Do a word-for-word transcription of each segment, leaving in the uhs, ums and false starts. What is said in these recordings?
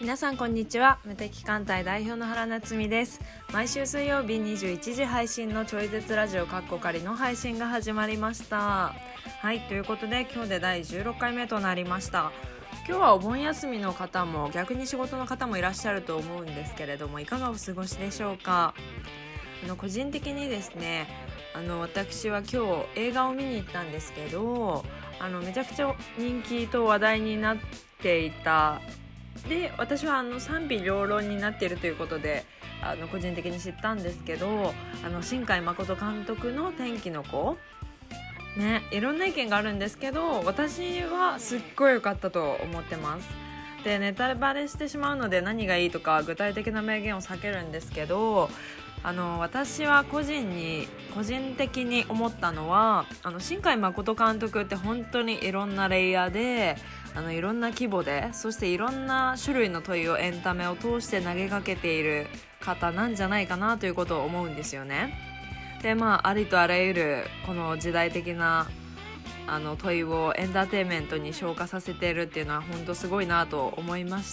皆さんこんにちは。無敵艦隊代表の原夏実です。毎週水曜日にじゅういちじ配信のちょい絶ラジオカッコ仮の配信が始まりました。はい、ということで今日でだいじゅうろっかいめとなりました。今日はお盆休みの方も逆に仕事の方もいらっしゃると思うんですけれども、いかがお過ごしでしょうか。あの個人的にですね、あの私は今日映画を見に行ったんですけど、あのめちゃくちゃ人気と話題になっていた。で、私はあの賛否両論になっているということで、あの個人的に知ったんですけど、あの新海誠監督の天気の子ね、いろんな意見があるんですけど、私はすっごい良かったと思ってます。で、ネタバレしてしまうので何がいいとか具体的な明言を避けるんですけど、あの私は個人に個人的に思ったのは、あの新海誠監督って本当にいろんなレイヤーで、あのいろんな規模で、そしていろんな種類の問いをエンタメを通して投げかけている方なんじゃないかなということを思うんですよね。で、まあありとあらゆるこの時代的なあの問いをエンターテインメントに昇華させているっていうのは本当すごいなと思いまして、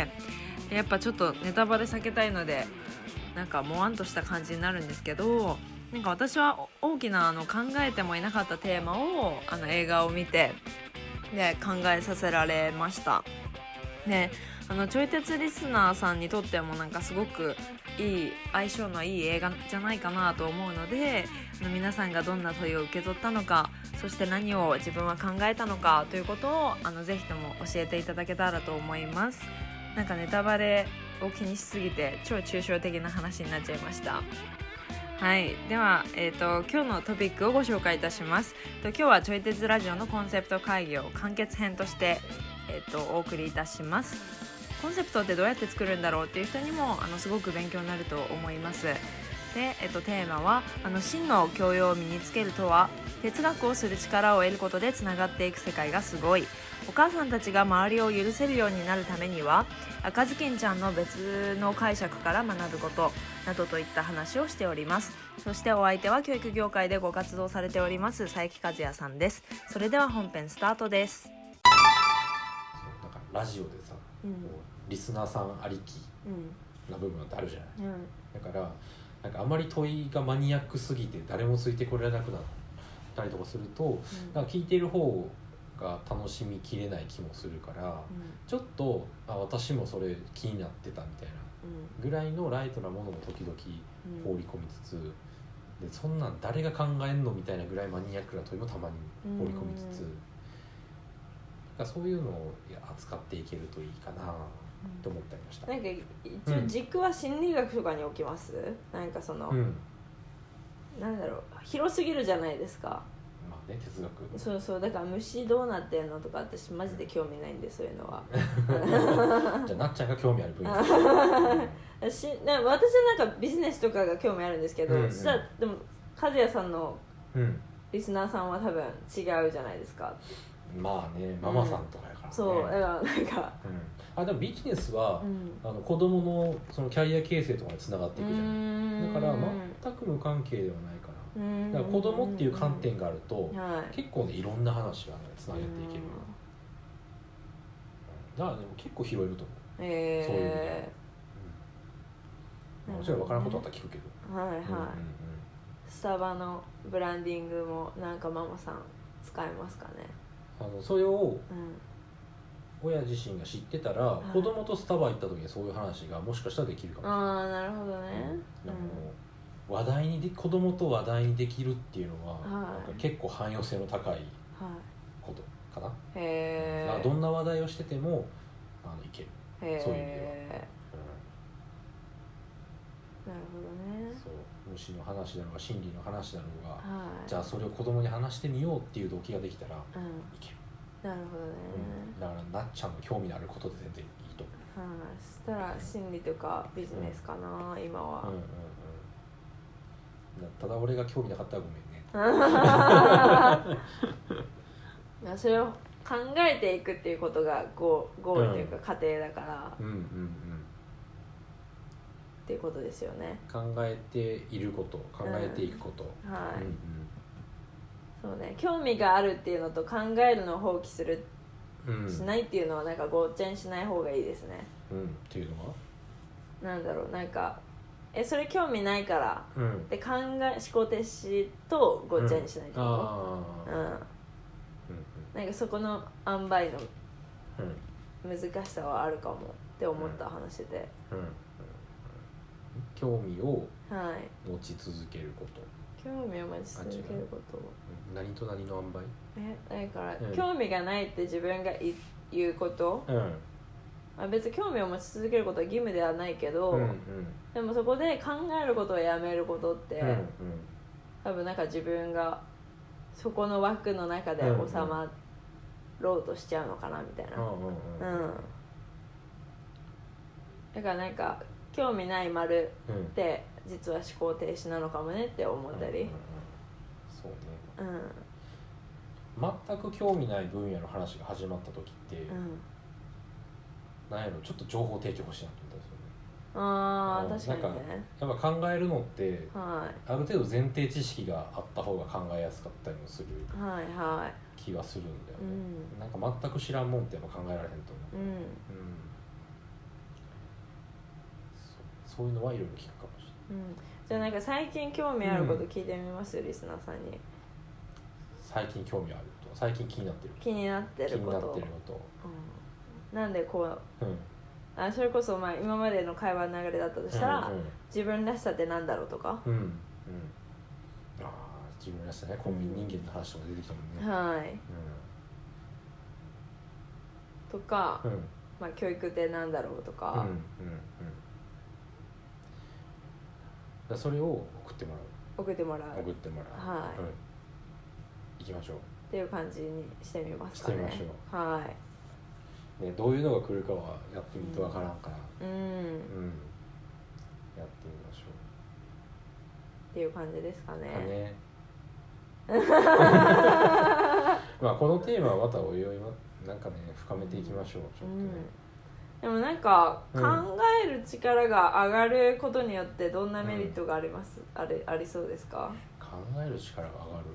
やっぱちょっとネタバレ避けたいのでなんかもわんとした感じになるんですけど、なんか私は大きなあの考えてもいなかったテーマをあの映画を見てで考えさせられました。で、あのちょい鉄リスナーさんにとってもなんかすごくいい相性のいい映画じゃないかなと思うので、あの皆さんがどんな問いを受け取ったのか、そして何を自分は考えたのかということをあのぜひとも教えていただけたらと思います。なんかネタバレを気にしすぎて超抽象的な話になっちゃいました。はい、では、えーと、今日のトピックをご紹介いたします。と今日はちょい鉄ラジオのコンセプト会議を完結編として、えーと、お送りいたします。コンセプトってどうやって作るんだろうっていう人にもあのすごく勉強になると思います。で、えーと、テーマはあの真の教養を身につけるとは、哲学をする力を得ることでつながっていく世界がすごい、お母さんたちが周りを許せるようになるためには赤ずきんちゃんの別の解釈から学ぶことなどといった話をしております。そしてお相手は教育業界でご活動されております佐伯和也さんです。それでは本編スタートです。 そうなんかラジオでさ、うん、リスナーさんありきな部分ってあるじゃない、うん、だからなんかあまり問いがマニアックすぎて誰もついてこれなくなったりとかすると、うん、なんか聞いてる方が楽しみきれない気もするから、うん、ちょっとあ私もそれ気になってたみたいなぐらいのライトなものも時々放り込みつつ、うん、でそんなん誰が考えんのみたいなぐらいマニアックな問いもたまに放り込みつつ、うん、だそういうのを扱っていけるといいかなと思ってました。 なんか一応軸は心理学とかに置きます、うん、なんかその、うん、なんだろう、広すぎるじゃないですか。 まあね、哲学。 そうそう、だから虫どうなってんのとか私マジで興味ないんで、そういうのはじゃあなっちゃんが興味ある分野私なんか私はなんかビジネスとかが興味あるんですけど、うんうん、そでも和也さんのリスナーさんは多分違うじゃないですか。 まあね、ママさんとかやからね、うん、 そうだからなんか、 うん、あでもビジネスは、うん、あの子供のそのキャリア形成とかにつながっていくじゃない。だから全く無関係ではないかな。だから子供っていう観点があると、はい、結構ねいろんな話が、ね、つなげていける。だからでも結構拾えると思う、えー、そういう意味では、うん、もちろん分からんことあったら聞くけど、 はいはい、うんうんうん、スタバのブランディングもなんかママさん使えますかね。 あのそれを、うん、親自身が知ってたら、はい、子供とスタバ行った時にそういう話がもしかしたらできるかもしれない。 ああ、なるほどね、 うん、なんかもう話題にで子供と話題にできるっていうのは、はい、なんか結構汎用性の高いことかな、はい、へー、どんな話題をしててもあのいける、へー、そういう意味では、うん、なるほどね。 そう、虫の話だろうが心理の話だろうが、はい、じゃあそれを子供に話してみようっていう動機ができたら、うん、いける。 なるほどね、 うん、だからなっちゃんの興味のあることで全然いいと思う。 はい、そしたら心理とかビジネスかな、うん、今は、うんうんうん、ただ俺が興味なかったらごめんねそれを考えていくっていうことがゴー、ゴールというか過程だから、 うんうんうんうん、 っていうことですよね。 考えていること、考えていくこと、 うん、はい、うんうん、そうね、興味があるっていうのと考えるのを放棄するしないっていうのはなんかごっちゃにしない方がいいですね。 うん、っていうのはなんだろう、なんかえそれ興味ないから、 うん、 で考え思考停止とごっちゃにしないってこと、うん、あうん、うん、なんかそこの塩梅の難しさはあるかもって思った話で、 うんうんうん、興味をはい持ち続けること、 興味を持ち続けること、 何と何の塩梅？ えだから、 うん、 興味がないって自分が言うこと、うん、あ別に興味を持ち続けることは義務ではないけど、うんうん、でもそこで考えることをやめることって、うんうん、多分なんか自分がそこの枠の中で収まろうとしちゃうのかなみたいな、うんうんうん、だからなんか興味ない丸って実は思考停止なのかもねって思ったり、うんうんうん、 そうね、うん、全く興味ない分野の話が始まった時って、うん、なんやろちょっと情報提供欲しいなと思ったんですよね。 ああ、確かにね。 やっぱ考えるのって、 はい、 ある程度前提知識があった方が考えやすかったりもする気はするんだよね、はいはい、なんか全く知らんもんってやっぱ考えられへんと思う、うんうん、そ, そういうのはいろいろ聞くかもしれない、うん、 じゃあなんか最近興味あること聞いてみます、うん、リスナーさんに。 最近興味あること最近気になってる気になってること気になってること、うん、なんでこう、うんあそれこそまあ今までの会話の流れだったとしたら、うんうん、自分らしさってなんだろうとか、うんうん、 あ自分らしさねコンビニ人間の話とか出てきたもんね、 はい、うん、とか、うんまあ、教育ってなんだろうとか、うんうんうん、それを送ってもらう送ってもらう送ってもらうはい、うん、行きましょうっていう感じにしてみますかね。 してみましょう。 はいね、どういうのが来るかはやってみてわからんから、うん、うん、やってみましょうっていう感じですかね。かねまあこのテーマはまたおいおいなんかね深めていきましょう、ちょっとね、 うん、でもなんか考える力が上がることによってどんなメリットがあります、うん、あれありそうですか？ 考える力が上がる、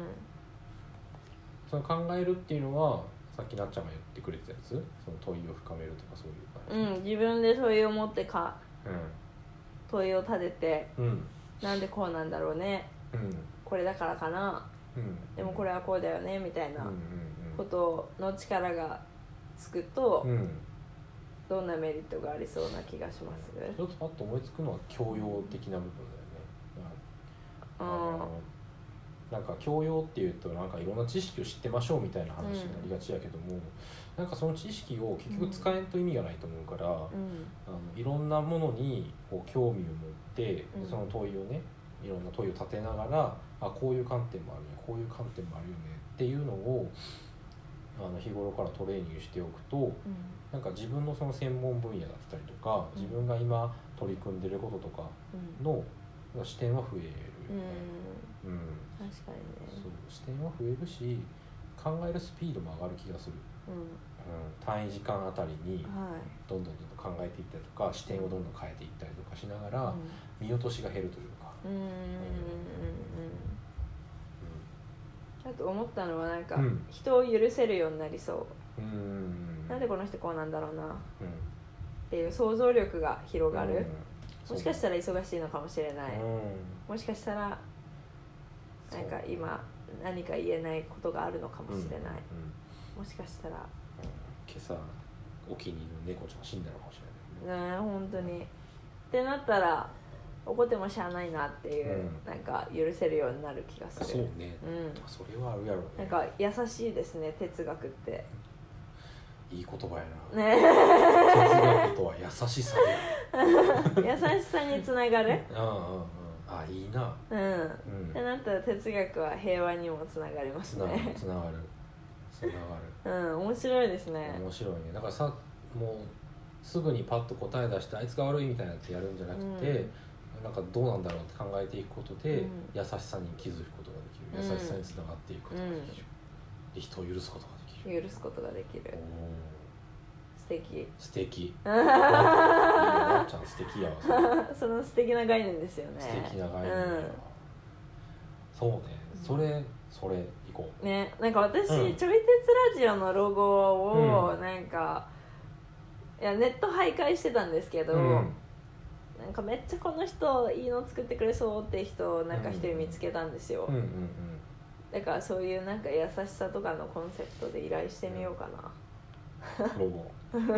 うん、その考えるっていうのはさっきなっちゃんが言ってくれてたやつ、その問いを深めるとかそういう感じ、うん、自分で問いを持ってか、うん、問いを立てて、うん、なんでこうなんだろうね、うん、これだからかな、うん、でもこれはこうだよねみたいなことの力がつくと、うん、どんなメリットがありそうな気がします？ ちょっとパッと思いつくのは教養的な部分だよね、うん、ああなんか教養っていうとなんかいろんな知識を知ってましょうみたいな話になりがちやけども、うん、なんかその知識を結局使えんと意味がないと思うから、うん、あのいろんなものにこう興味を持って、うん、その問いをねいろんな問いを立てながらあこういう観点もあるねこういう観点もあるよねっていうのをあの日頃からトレーニングしておくと、うん、なんか自分のその専門分野だったりとか自分が今取り組んでることとかの視点は増えるよね、うんうん確かにね。 そう視点は増えるし考えるスピードも上がる気がする、うんうん、単位時間あたりにどんどんどんどん考えていったりとか視点をどんどん変えていったりとかしながら、うん、見落としが減るというかうんうんうんうんあと思ったのはなんか、うん、人を許せるようになりそう、うん、なんでこの人こうなんだろうな、うん、っていう想像力が広がる、うん、もしかしたら忙しいのかもしれない、うん、もしかしたらなんか今何か言えないことがあるのかもしれない、うんうん、もしかしたら、うん、 今朝お気に入りの猫ちゃん死んだのかもしれないねえ本当にってなったら怒ってもしゃあないなっていう、うん、なんか許せるようになる気がする。 そうね、うん、それはあるやろうね。 なんか優しいですね哲学っていい言葉やな、ね、哲学とは優しさで優しさにつながるうんうんうんあいいなうん、うん、ってなったら哲学は平和にもつながりますねつながるつながるうん面白いですね面白いねだからさもうすぐにパッと答え出してあいつが悪いみたいなやつやるんじゃなくて、うんなんかどうなんだろうって考えていくことで、うん、優しさに気づくことができる、うん、優しさにつながっていくことができる、うん、人を許すことができる許すことができる素敵素敵いいなちゃん素敵やわそ, その素敵な概念ですよね素敵な概念だよ、うん、 そうね、それそれ行こうね。なんか私、 うん、 ちょい鉄ラジオのロゴをなんか、うん、いやネット徘徊してたんですけど、うん、なんかめっちゃこの人いいの作ってくれそうって人をなんか一人見つけたんですよ、うんうんうん、だからそういうなんか優しさとかのコンセプトで依頼してみようかな、 ロゴ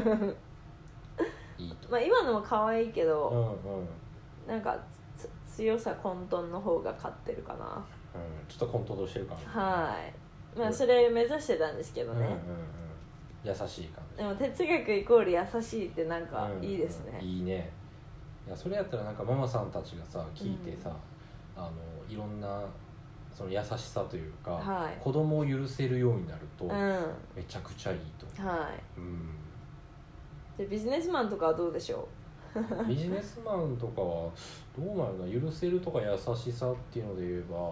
いいと、 まあ今のも可愛いけど、 うんうん、 なんか強さ混沌の方が勝ってるかな、うん、 ちょっと混沌としてるかも、ね、 はい、まあそれ目指してたんですけどね、うんうんうん、 優しい感じ。 でも哲学イコール優しいってなんかいいですね、 うんうん、いいね。いやそれやったらなんかママさんたちがさ聞いてさ、うん、あのいろんなその優しさというか、はい、子供を許せるようになると、うん、めちゃくちゃいいと思う、はい、うん、 でビジネスマンとかはどうでしょうビジネスマンとかはどうなるの、許せるとか優しさっていうので言えば、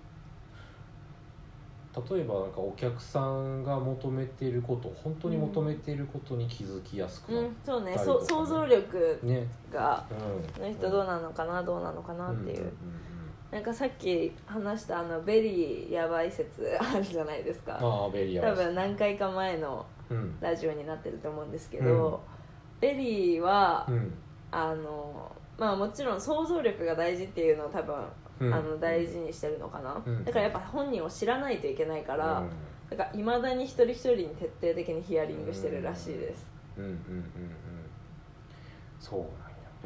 例えばなんかお客さんが求めていること、本当に求めていることに気づきやすくなったりとか、ね、うん、そうね、 想像力が、ね、うん、の人どうなのかな、うん、どうなのかなっていう、うんうんうん、なんかさっき話したあのベリーやばい説あるじゃないですか。 あ、ベリーやばい説多分何回か前のラジオになってると思うんですけど、うん、ベリーは、うん、あのまあもちろん想像力が大事っていうのを多分うん、あの大事にしてるのかな、うん、だからやっぱ本人を知らないといけないから、うん、だから未だに一人一人に徹底的にヒアリングしてるらしいです。 うんうんうんうん、そうなんや、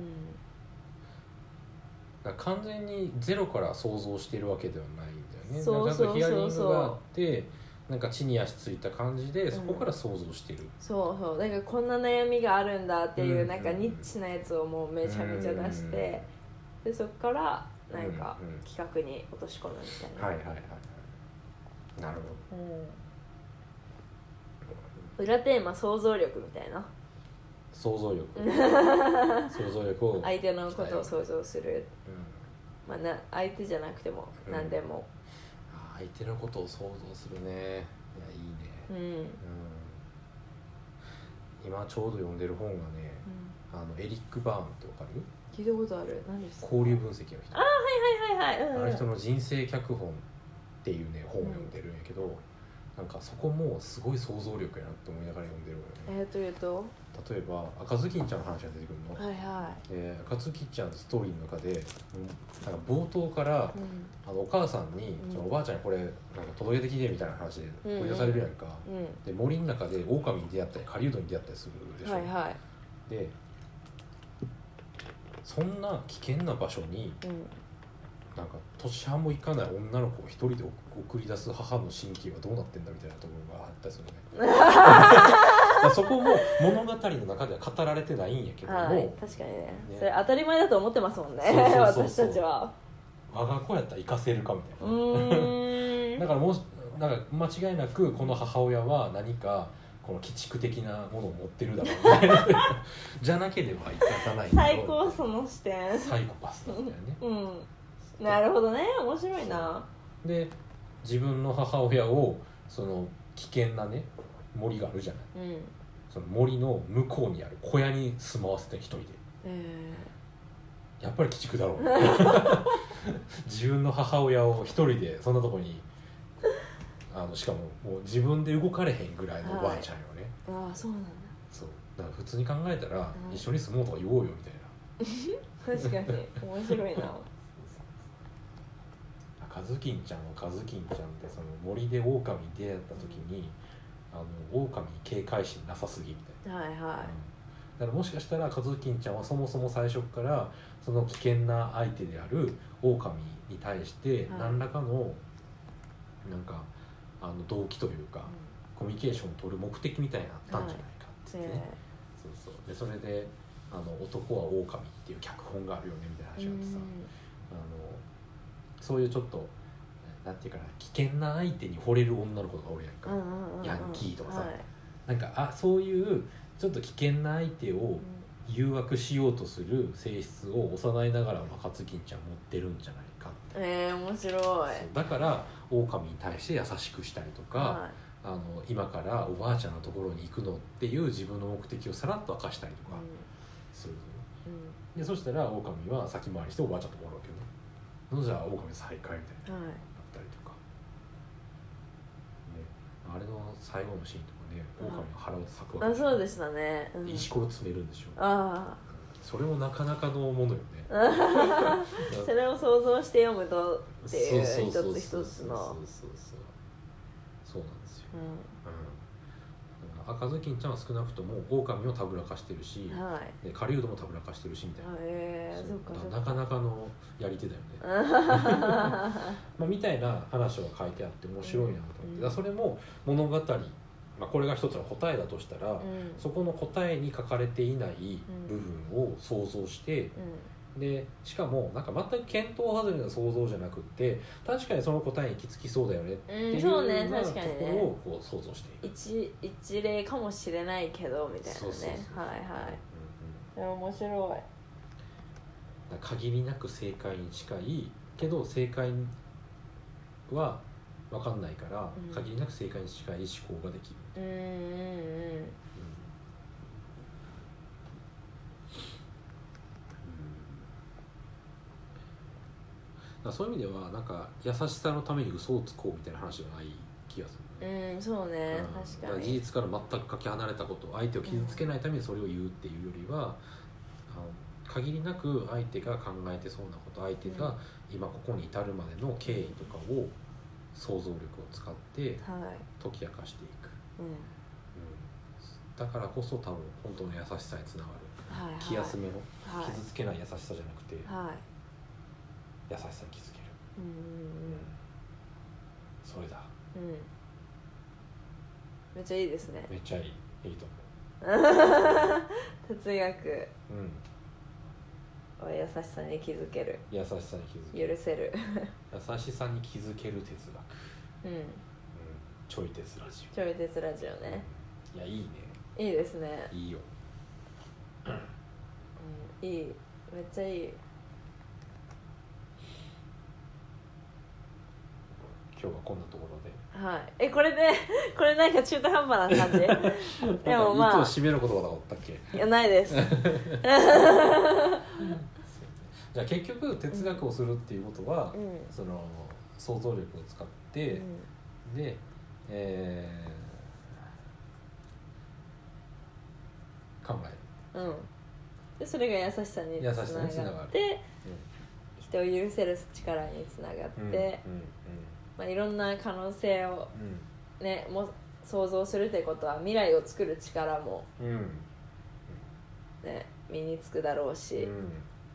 うん、だから完全にゼロから想像してるわけではないんだよね。そうそうそうそう、ちゃんとヒアリングがあってなんか地に足ついた感じでそこから想像してる、うん、そうそう、 だからこんな悩みがあるんだっていう、うん、なんかニッチなやつをもうめちゃめちゃ出して、うん、でそこからなんか企画に落とし込むみたいな、 はいはいはいはい、なるほど、 うん、裏テーマ想像力みたいな、 想像力想像力を相手のことを想像する、うん、まあ、な相手じゃなくても何でも、 うん、相手のことを想像するね、いやいいね、うんうん、今ちょうど読んでる本がね、うん、あのエリック・バーンってわかる？ 聞いたことある。何ですか？ 交流分析の人。 あ、はいはいはいはい、うんうん、 あの人の人生脚本っていうね本を読んでるんやけど、うん、なんかそこもすごい想像力やなって思いながら読んでるのよね。 えーというと例えば赤ずきんちゃんの話が出てくるの、 はいはい、 で赤ずきんちゃんのストーリーの中でなんか冒頭から、うん、あのお母さんに、うん、そのおばあちゃんにこれなんか届けてきてみたいな話で掘り出されるやんか、うんうん、で森の中で狼に出会ったり狩人に出会ったりするでしょ、 はいはい、 でそんな危険な場所に、うん、なんか年半も行かない女の子を一人で送り出す母の心境はどうなってんだみたいなところがあったりするねそこも物語の中では語られてないんやけども、はい、 確かに ね, ねそれ当たり前だと思ってますもんね。そうそうそうそう私たちは我が子やったら生かせるかみたいな。うーんだからもうなんか間違いなくこの母親は何かこの鬼畜的なものを持ってるだろうねじゃなければいかさない最高その視点サイコパスだみたいなね、 うん、なるほどね、面白いな。 で自分の母親をその危険なね森があるじゃない、うん、その森の向こうにある小屋に住まわせて一人で、えー、やっぱり鬼畜だろう自分の母親を一人でそんなとこにあのしかももう自分で動かれへんぐらいのおばあちゃんよね、 はい、ああそうなんだ。 そうだから普通に考えたら、うん、一緒に住もうとか言おうよみたいな確かに面白いなカズキンちゃんはカズキンちゃんってその森で狼に出会った時に、うん、あの狼に警戒心なさすぎみたいな、はいはい、うん、だからもしかしたらカズキンちゃんはそもそも最初からその危険な相手である狼に対して何らかの、はい、なんかあの動機というか、うん、コミュニケーションを取る目的みたいなのあったんじゃないかって言ってね、はい、そうそうでそれであの男は狼っていう脚本があるよねみたいな話があってさ、あのそういうちょっとなんていうかな危険な相手に惚れる女の子がおるやんか、うんうんうんうん、ヤンキーとかさ、はい、なんかあそういうちょっと危険な相手を誘惑しようとする性質を幼いながらカツキンちゃん持ってるんじゃないかって。 えー、面白い。 だから狼に対して優しくしたりとか、はい、あの今からおばあちゃんのところに行くのっていう自分の目的をさらっと明かしたりとかする、うんうん、でそしたら狼は先回りしておばあちゃんところわけよね。 のじゃあ狼再会みたいな、 はい、 あったりとか、ね、あれの最後のシーンとかね、狼の腹を裂くわけでしょ。 あ、そうでしたね、うん、 石ころ詰めるんでしょ。 あそれもなかなかのものよね。 それを想像して読むとっていう一つ一つの、 そうそうそうそうなんですよ、 うんうん、赤ずきんちゃんは少なくとも狼をたぶらかしてるし、 はい、 で狩人もたぶらかしてるしみたいな、 えー、そっかそっか、 なかなかのやり手だよねまあみたいな話は書いてあって面白いなと思って、うん、だそれも物語、まあ、これが一つの答えだとしたら、うん、そこの答えに書かれていない部分を想像して、うん、でしかもなんか全く見当外れな想像じゃなくって確かにその答えに行き着きそうだよねっていうようなところをこう想像していく、 一, 一例かもしれないけどみたいなね、はいはい、うんうん、面白い。 限りなく正解に近いけど正解は分かんないから、うん、限りなく正解に近い思考ができる。うんうんうん、うん、そういう意味ではなんか優しさのために嘘をつこうみたいな話じゃない気がするね。 うん、そうね、うん、確かに。 事実から全くかけ離れたこと、相手を傷つけないためにそれを言うっていうよりは、うん、あの限りなく相手が考えてそうなこと、相手が今ここに至るまでの経緯とかを想像力を使って解き明かしていく、はい、うんうん、だからこそ多分本当の優しさにつながる、はいはい、気休めの、はい、傷つけない優しさじゃなくて、はい、優しさに気づける、うんうんうん、それだ、うん、 めっちゃいいですね。 めっちゃいい、いいと思う哲学、うん、優しさに気づける、 優しさに気づける、 許せる優しさに気づける哲学、うんうん、ちょい哲ラジオ、 ちょい哲ラジオね、 いやいいね、 いいですね、 いいよ、 うん、いい、めっちゃいい。 今日はこんなところで、 はい、えこれでこれなんか中途半端な感じでもまあいつも締める言葉だったっけ。 いやないですじゃあ結局哲学をするっていうことは、うん、その想像力を使って、うん、で、えー、考える、うん、 でそれが優しさにつながって、うん、人を許せる力につながって、うんうんうん、まあ、いろんな可能性を、ね、も想像するということは未来を作る力も、うんね、身につくだろうし、うん、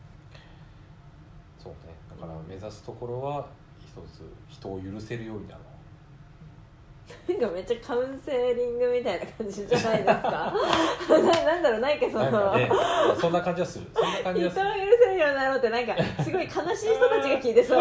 そうね、だから目指すところは一つ人を許せるようになろう。 なんかめっちゃカウンセリングみたいな感じじゃないですかな, なんだろう、なんかそのなんか、ね、そんな感じはする、そんな感じはする。 人を許せるようになろうってなんかすごい悲しい人たちが聞いてそう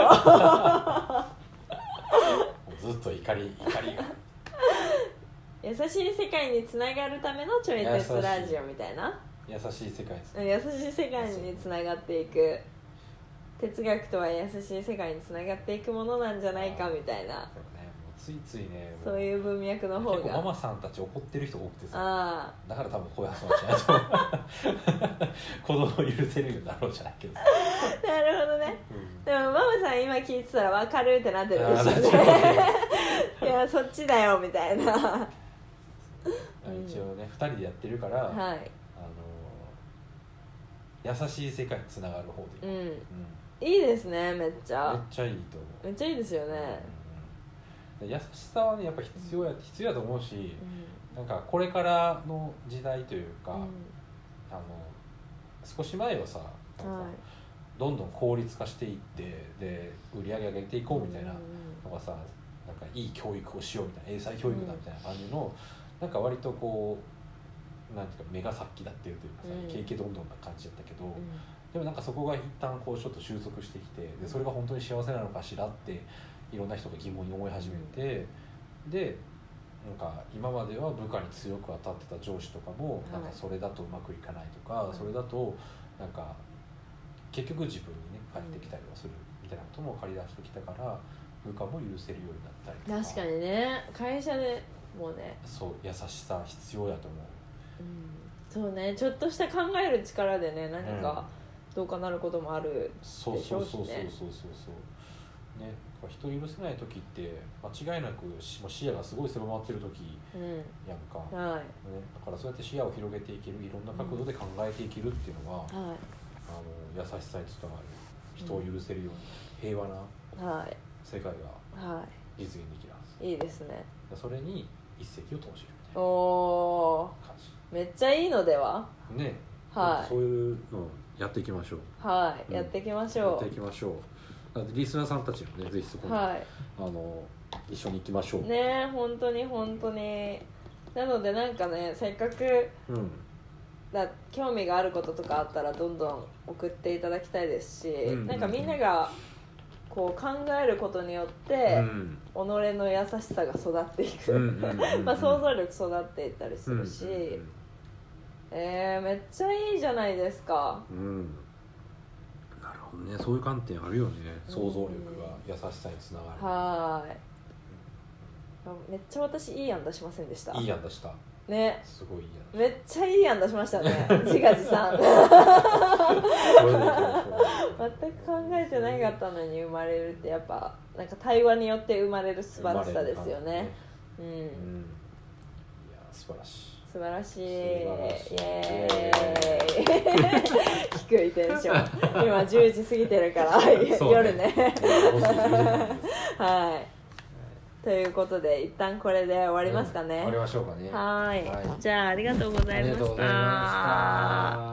ずっと怒り怒りが優しい世界につながるためのちょい哲ラジオみたいな、 優しい世界です、 優しい世界につながっていく、哲学とは優しい世界につながっていくものなんじゃないかみたいな、 そうね、もうついついね、 そういう文脈の方が結構ママさんたち怒ってる人多くてさ、あ、だから多分こういう話はしないと思う子供を許せるようになろうじゃないけどなるほどね、うん、でもママさん今聞いてたら分かるってなってるでしょうねいやそっちだよみたいな一応ねふたりでやってるから、はい、あの優しい世界につながる方で、うんうん、 いいですね、めっちゃめっちゃいいと思う、 めっちゃいいですよね、 うん、優しさはねやっぱ必要や、うん、必要やと思うし、うん、なんかこれからの時代というか、うん、あの少し前はさ、なんか、はい、どんどん効率化していってで売り上げ上げていこうみたいなのがさ、なんかいい教育をしようみたいな、英才教育だみたいな感じの、うん、なんか割とこうなんていうか目が先立ってるというかさ、イケイケどんどんな感じだったけど、うん、でもなんかそこが一旦こうちょっと収束してきて、でそれが本当に幸せなのかしらっていろんな人が疑問に思い始めて、でなんか今までは部下に強く当たってた上司とかもなんかそれだとうまくいかないとか、はい、それだとなんか結局自分にね返ってきたりはするみたいなことも借り出してきたから、部下も許せるようになったりとか。 確かにね、会社でもうね、 そう優しさ必要やと思う、 うん、そうね、ちょっとした考える力でね、何かどうかなることもあるでしょうしね。 そうそうそうそうそうそうね。人許せない時って間違いなく視野がすごい狭まってる時やんか、 うんはいね、 だからそうやって視野を広げていける、いろんな角度で考えていけるっていうのは、うん、あの優しさにつながる、人を許せるように平和な世界が実現できるはず、 はい、いいですね。 それに一石を投じるみたいなおーめっちゃいいのではね、 はい、 そういうのやっていきましょう。 はい、 うん、 やっていきましょう。 やっていきましょう。リスナーさんたちもね、ぜひそこに、はい、あの一緒に行きましょうね。本当に本当に。なのでなんかね、せっかく、うん、だ興味があることとかあったらどんどん送っていただきたいですし、うんうんうん、なんかみんながこう考えることによって、うん、己の優しさが育っていく、うんうんうんうん、まあ想像力育っていったりするし、うんうんうん、えー、めっちゃいいじゃないですか。 うんね、そういう観点あるよね。想像力が優しさにつながる。 はい。めっちゃ私いい案出しませんでした？ いい案出したね。 すごいいい案。めっちゃいい案出しましたね。自画自賛。全く考えてなかったのに生まれるってやっぱなんか対話によって生まれる素晴らしさですよね。ねうん、うん、いや素晴らしい。 素晴らしい。イエーイ。低いテンション。今じゅうじ過ぎてるから夜ね。はい。ということで一旦これで終わりますかね。 終わりましょうかね。 はい。はい、じゃあありがとうございました。ありがとうございました。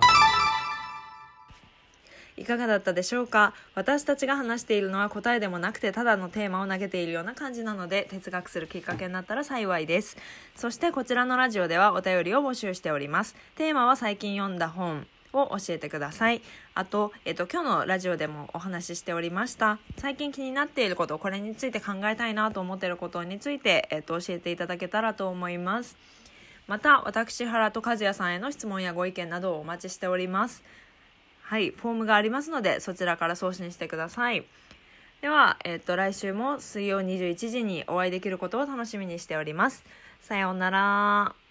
いかがだったでしょうか。私たちが話しているのは答えでもなくてただのテーマを投げているような感じなので哲学するきっかけになったら幸いです。そしてこちらのラジオではお便りを募集しております。テーマは最近読んだ本を教えてください。あと、えっと、今日のラジオでもお話ししておりました最近気になっていること、これについて考えたいなと思っていることについて、えっと、教えていただけたらと思います。また私原と和也さんへの質問やご意見などをお待ちしております。はい、フォームがありますのでそちらから送信してください。では、えっと、来週も水曜にじゅういちじにお会いできることを楽しみにしております。さようなら。